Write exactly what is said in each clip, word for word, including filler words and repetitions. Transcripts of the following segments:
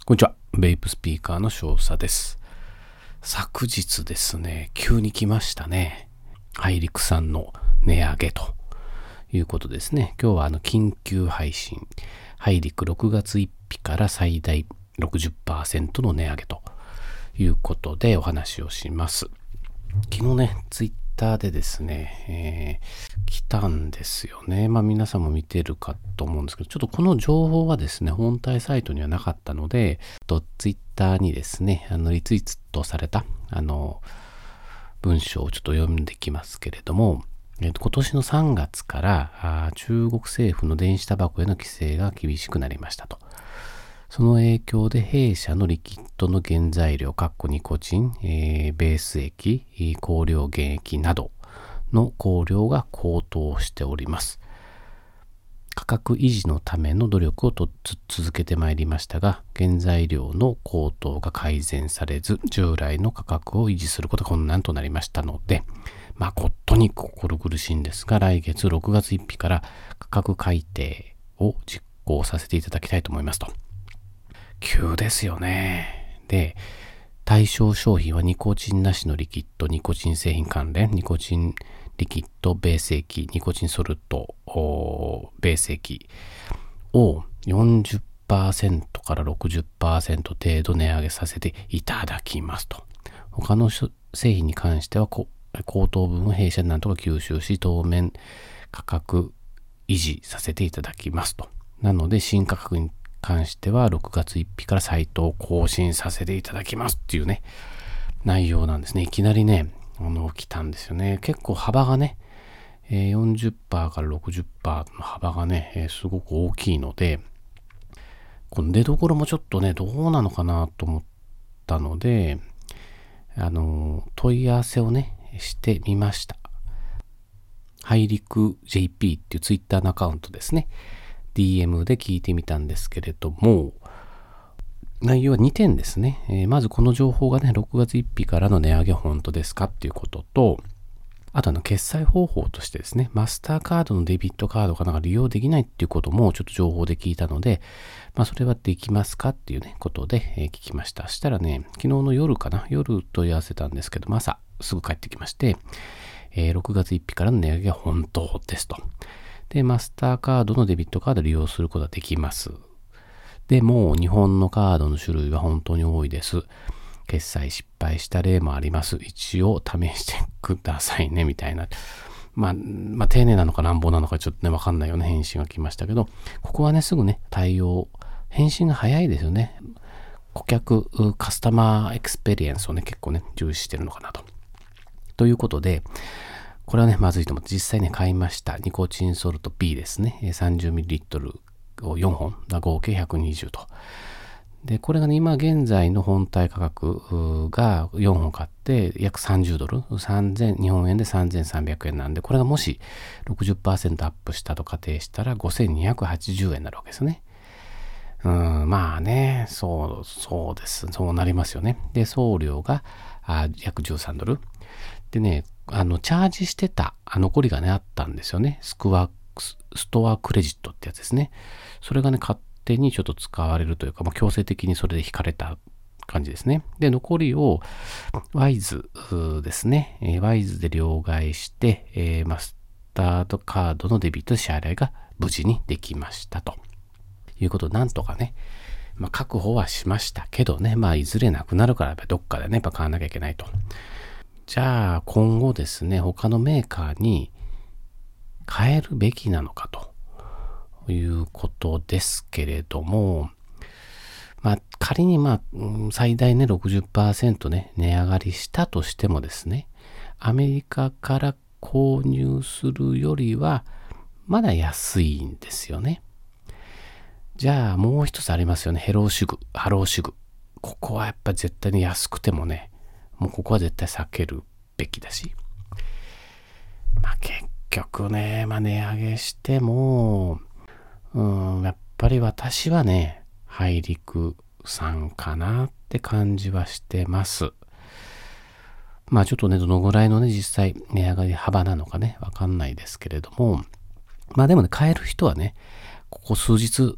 こんにちは。ベイプスピーカーの少佐です。昨日ですね、急に来ましたね。ハイリクさんの値上げということですね。今日はあの緊急配信、ハイリクろくがつついたちから最大 ろくじゅっパーセント の値上げということでお話をします。昨日ね、ツイッターでですね、えー、来たんですよね。まあ皆さんも見てるかと思うんですけど、ちょっとこの情報はですね、本体サイトにはなかったので、とツイッターにですね、あのリツイートされたあの文章をちょっと読んできますけれども、えー、と今年のさんがつからあ中国政府の電子タバコへの規制が厳しくなりましたと。その影響で弊社のリキッドの原材料、ニコチン、えー、ベース液、香料原液などの香料が高騰しております。価格維持のための努力をと続けてまいりましたが、原材料の高騰が改善されず、従来の価格を維持することが困難となりましたので、誠に心苦しいんですが、来月ろくがつついたちから価格改定を実行させていただきたいと思いますと。急ですよね。で、対象商品はニコチンなしのリキッド、ニコチン製品関連、ニコチンリキッドベース液、ニコチンソルトベース液を よんじゅっパーセント から ろくじゅっパーセント 程度値上げさせていただきますと。他の製品に関しては高騰分を弊社でなんとか吸収し、当面価格維持させていただきますと。なので新価格に関してはろくがつついたちからサイトを更新させていただきますっていうね、内容なんですね。いきなりね、あの、来たんですよね。結構幅がね、よんじゅっパーセント から ろくじゅっパーセント の幅がね、すごく大きいので、この出所もちょっとね、どうなのかなと思ったので、あの、問い合わせをね、してみました。ハイリク ジェーピー っていうツイッターのアカウントですね。ディーエム で聞いてみたんですけれども、内容はにてんですね。えー、まずこの情報がね、ろくがつついたちからの値上げ本当ですかっていうことと、あとあの決済方法としてですね、マスターカードのデビットカードがなんか利用できないっていうこともちょっと情報で聞いたので、まあそれはできますかっていうね、ことで、えー、聞きました。したらね、昨日の夜かな、夜問い合わせたんですけど、朝すぐ帰ってきまして、えー、ろくがつついたちからの値上げが本当ですと。で、マスターカードのデビットカードを利用することができます。でも、日本のカードの種類は本当に多いです。決済失敗した例もあります。一応試してくださいね、みたいな。まあ、まあ、丁寧なのか乱暴なのかちょっとね、わかんないような返信が来ましたけど、ここはね、すぐね、対応、返信が早いですよね。顧客、カスタマーエクスペリエンスをね、結構ね、重視してるのかなと。ということで、これはね、まずいと思って実際ね、買いました。ニコチンソルト B ですね。さんじゅうミリリットル をよんほん、合計ひゃくにじゅうと。で、これがね、今現在の本体価格がよんほん買って約さんじゅうドル、さんぜん、日本円でさんぜんさんびゃくえんなんで、これがもし ろくじゅっパーセント アップしたと仮定したらごせんにひゃくはちじゅうえんになるわけですね。うん、まあね、そう、そうです。そうなりますよね。で、送料があ約じゅうさんドル。でね、あの、チャージしてた残りがね、あったんですよね。スクワ、ストアクレジットってやつですね。それがね、勝手にちょっと使われるというか、まあ、強制的にそれで引かれた感じですね。で、残りをワイズですね。えー、ワイズで両替して、えー、マスタードカードのデビット支払いが無事にできましたということで、なんとかね、まあ、確保はしましたけどね、まあ、いずれなくなるからやっぱどっかでね、やっぱ買わなきゃいけないと。じゃあ今後ですね、他のメーカーに変えるべきなのかということですけれども、まあ仮にまあ最大ね ろくじゅっパーセント ね値上がりしたとしてもですね、アメリカから購入するよりはまだ安いんですよね。じゃあもう一つありますよね。ヘローシュグ、ハローシュグ。ここはやっぱ絶対に安くてもね、もうここは絶対避けるべきだし。まあ結局ね、まあ値上げしても、うん、やっぱり私はね、ハイリクさんかなって感じはしてます。まあちょっとね、どのぐらいのね、実際値上がり幅なのかね、わかんないですけれども、まあでもね、買える人はね、ここ数日ね、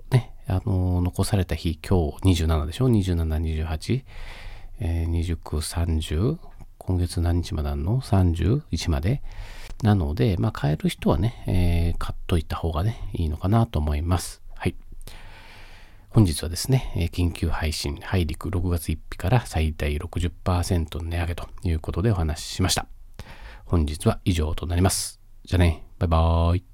あの、残された日、今日にじゅうななでしょ ?にじゅうなな、にじゅうはち、えー、にじゅうきゅう、さんじゅう、今月何日まであるの ?さんじゅういち まで。なので、まあ、買える人はね、えー、買っといた方がね、いいのかなと思います。はい。本日はですね、えー、緊急配信、ハイリクろくがつついたちから最大 ろくじゅっパーセント 値上げということでお話ししました。本日は以上となります。じゃあね、バイバーイ。